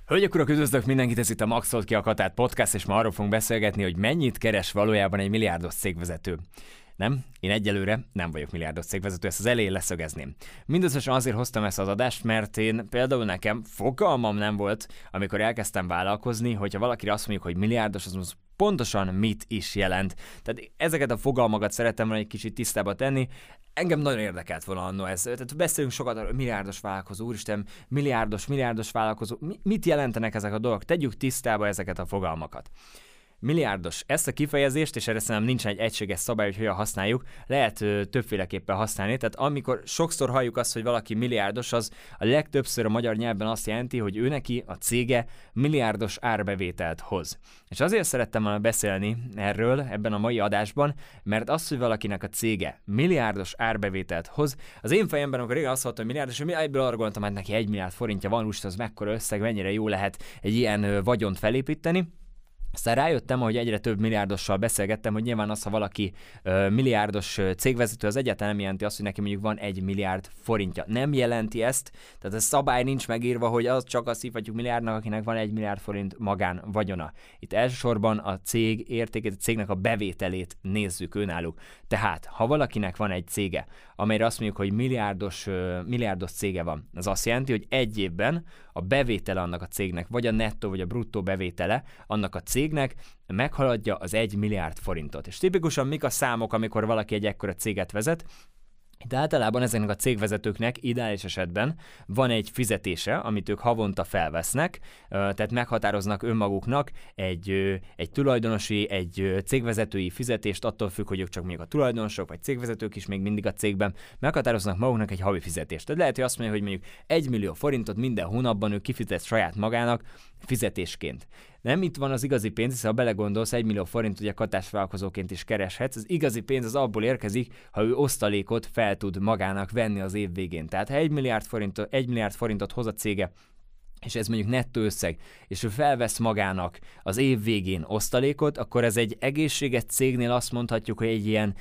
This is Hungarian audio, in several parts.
Hölgyek, urak, üdvözlök mindenkit, ez itt a Maxolt ki a Katát podcast, és ma arról fogunk beszélgetni, hogy mennyit keres valójában egy milliárdos cégvezető. Nem, én egyelőre nem vagyok milliárdos cégvezető, ezt az elején leszögezném. Mindösszesen azért hoztam ezt az adást, mert én például nekem fogalmam nem volt, amikor elkezdtem vállalkozni, hogyha valakire azt mondjuk, hogy milliárdos, az pontosan mit is jelent. Tehát ezeket a fogalmakat szerettem volna egy kicsit tisztába tenni. Engem nagyon érdekelt volna annó ez. Tehát beszélünk sokat arról, milliárdos vállalkozó, úristen, milliárdos vállalkozó. Mit jelentenek ezek a dolgok? Tegyük tisztába ezeket a fogalmakat. Milliárdos. Ezt a kifejezést, és erre szerintem nincsen egy egységes szabály, hogy hogyan használjuk, lehet többféleképpen használni. Tehát amikor sokszor halljuk azt, hogy valaki milliárdos, az a legtöbbször a magyar nyelvben azt jelenti, hogy ő neki, a cége milliárdos árbevételt hoz. És azért szerettem volna beszélni erről ebben a mai adásban, mert az, hogy valakinek a cége milliárdos árbevételt hoz, az én fejemben, amikor régen azt mondtam, hogy milliárdos, hogy egyből arra gondoltam, hogy neki 1 milliárd forintja van, úgyhogy az mekkora összeg, mennyire jó lehet egy ilyen vagyont felépíteni. Aztán rájöttem, hogy egyre több milliárdossal beszélgettem, hogy nyilván az, ha valaki milliárdos cégvezető, az egyáltalán nem jelenti azt, hogy neki mondjuk van 1 milliárd forintja. Nem jelenti ezt, tehát a szabály nincs megírva, hogy az csak azt hívhatjuk milliárdnak, akinek van 1 milliárd forint magán vagyona. Itt elsősorban a cég értékét, a cégnek a bevételét nézzük önálluk. Tehát, ha valakinek van egy cége, amelyre azt mondjuk, hogy milliárdos cége van, az azt jelenti, hogy egy évben a bevétele annak a cégnek, vagy a nettó, vagy a bruttó bevétele annak a cégnek meghaladja az 1 milliárd forintot. És tipikusan mik a számok, amikor valaki egy ekkora céget vezet? De általában ezeknek a cégvezetőknek ideális esetben van egy fizetése, amit ők havonta felvesznek, tehát meghatároznak önmaguknak egy tulajdonosi, egy cégvezetői fizetést, attól függ, hogy ők csak mondjuk a tulajdonosok, vagy cégvezetők is még mindig a cégben, meghatároznak maguknak egy havi fizetést. Tehát lehet, hogy azt mondja, hogy mondjuk 1 millió forintot minden hónapban ő kifizet saját magának fizetésként. Nem itt van az igazi pénz, hiszen ha belegondolsz, 1 millió forint ugye katásvállalkozóként is kereshetsz. Az igazi pénz az abból érkezik, ha ő osztalékot fel tud magának venni az év végén. Tehát ha 1 milliárd forintot hoz a cége, és ez mondjuk nettó összeg, és ő felvesz magának az év végén osztalékot, akkor ez egy egészséges cégnél azt mondhatjuk, hogy egy ilyen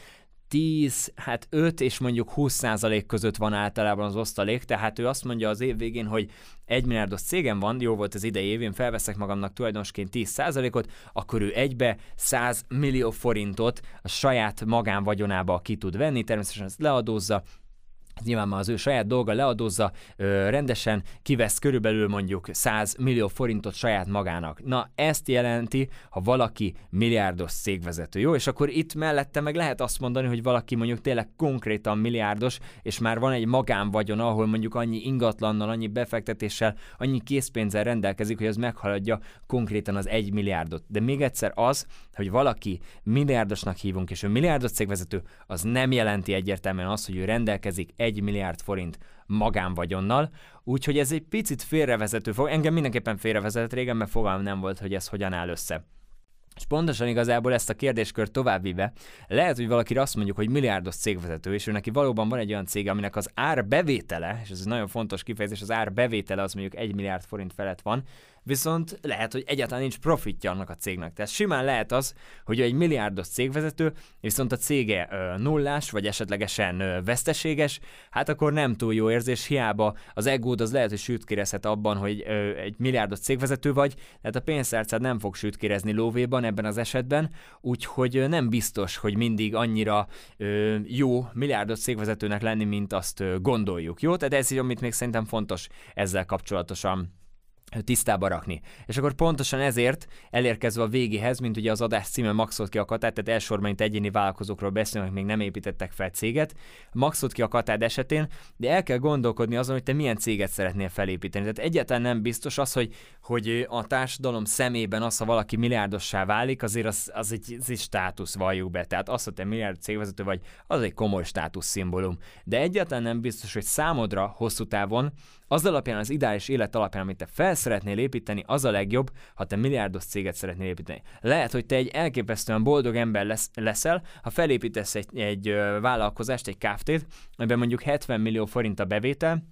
5 és mondjuk 20% között van általában az osztalék, tehát ő azt mondja az év végén, hogy 1 milliárdos cégem van, jó volt az idei évén, felveszek magamnak tulajdonosként 10%-ot, akkor ő egybe 100 millió forintot a saját magánvagyonába ki tud venni, természetesen ezt leadózza, nyilván már az ő saját dolga, leadózza, rendesen kivesz körülbelül mondjuk 100 millió forintot saját magának. Na, ezt jelenti, ha valaki milliárdos cégvezető, jó? És akkor itt mellette meg lehet azt mondani, hogy valaki mondjuk tényleg konkrétan milliárdos, és már van egy magánvagyon, ahol mondjuk annyi ingatlannal, annyi befektetéssel, annyi készpénzzel rendelkezik, hogy az meghaladja konkrétan az 1 milliárdot. De még egyszer az, hogy valaki milliárdosnak hívunk, és ő milliárdos cégvezető, az nem jelenti egyértelműen azt, hogy ő rendelkezik 1 milliárd forint magánvagyonnal, úgyhogy ez egy picit félrevezető fog. Engem mindenképpen félrevezetett régen, mert fogalmam nem volt, hogy ez hogyan áll össze. És pontosan igazából ezt a kérdéskört továbbvive, lehet, hogy valakire azt mondjuk, hogy milliárdos cégvezető, és ő neki valóban van egy olyan cég, aminek az árbevétele, és ez egy nagyon fontos kifejezés, az árbevétele az mondjuk 1 milliárd forint felett van, viszont lehet, hogy egyáltalán nincs profitja annak a cégnek. Tehát simán lehet az, hogy egy milliárdos cégvezető, viszont a cége nullás, vagy esetlegesen veszteséges, hát akkor nem túl jó érzés, hiába az egód az lehet, hogy sütkérezhet abban, hogy egy milliárdos cégvezető vagy, tehát a pénztárcád nem fog sütkérezni lóvéban ebben az esetben, úgyhogy nem biztos, hogy mindig annyira jó milliárdos cégvezetőnek lenni, mint azt gondoljuk. Jó? Tehát ez így, amit még szerintem fontos ezzel kapcsolatosan tisztába rakni. És akkor pontosan ezért elérkezve a végéhez, mint ugye az adás címe Maxolt ki a Katát, tehát elsősorban itt egyéni vállalkozókról beszélünk, még nem építettek fel céget, Maxolt ki a Katád esetén, de el kell gondolkodni azon, hogy te milyen céget szeretnél felépíteni. Tehát egyáltalán nem biztos az, hogy a társadalom szemében az, ha valaki milliárdossá válik, azért az egy státusz, valljuk be. Tehát az, hogy te milliárdos cégvezető vagy, az egy komoly státuszszimbólum. De egyáltalán nem biztos, hogy számodra hosszú távon az alapján, az ideális élet alapján, amit te fel szeretnél építeni, az a legjobb, ha te milliárdos céget szeretnél építeni. Lehet, hogy te egy elképesztően boldog ember leszel, ha felépítesz egy vállalkozást, egy Kft-t, amiben mondjuk 70 millió forint a bevétel,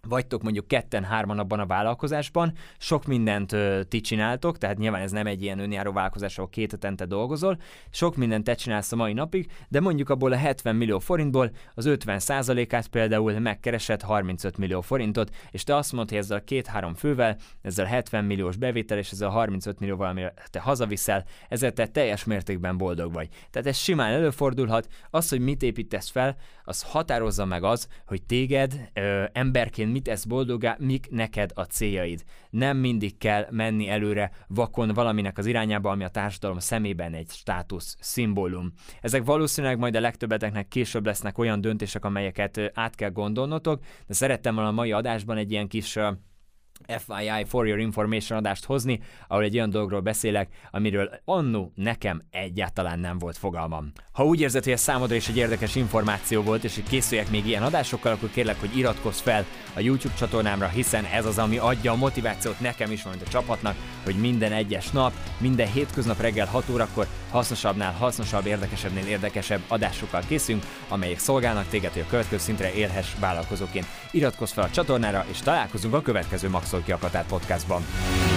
vagytok mondjuk 2-3 abban a vállalkozásban, sok mindent ti csináltok, tehát nyilván ez nem egy ilyen önjáró vállalkozás, ahol 2 hetente dolgozol, sok mindent te csinálsz a mai napig, de mondjuk abból a 70 millió forintból az 50%-át például megkeresed 35 millió forintot, és te azt mondod, hogy ezzel 2-3 fővel, ezzel 70 milliós bevétel és ezzel 35 millióval, amire te hazaviszel, ezzel te teljes mértékben boldog vagy. Tehát ez simán előfordulhat, az, hogy mit építesz fel, az határozza meg az, hogy téged emberként mit tesz boldoggá, mik neked a céljaid. Nem mindig kell menni előre vakon valaminek az irányába, ami a társadalom szemében egy státusz szimbólum. Ezek valószínűleg majd a legtöbbeteknek később lesznek olyan döntések, amelyeket át kell gondolnotok, de szerettem volna a mai adásban egy ilyen kis FYI, for your information adást hozni, ahol egy olyan dologról beszélek, amiről annó nekem egyáltalán nem volt fogalmam. Ha úgy érzed, hogy ez számodra is egy érdekes információ volt, és hogy készüljek még ilyen adásokkal, akkor kérlek, hogy iratkozz fel a YouTube csatornámra, hiszen ez az, ami adja a motivációt nekem is, mint a csapatnak, hogy minden egyes nap, minden hétköznap reggel 6 órakor hasznosabbnál hasznosabb, érdekesebbnél érdekesebb adásokkal készülünk, amelyek szolgálnak téged, hogy a következő szintre élhess vállalkozóként. Iratkozz fel a csatornára, és találkozunk a következő Maxol ki a Katát podcastban.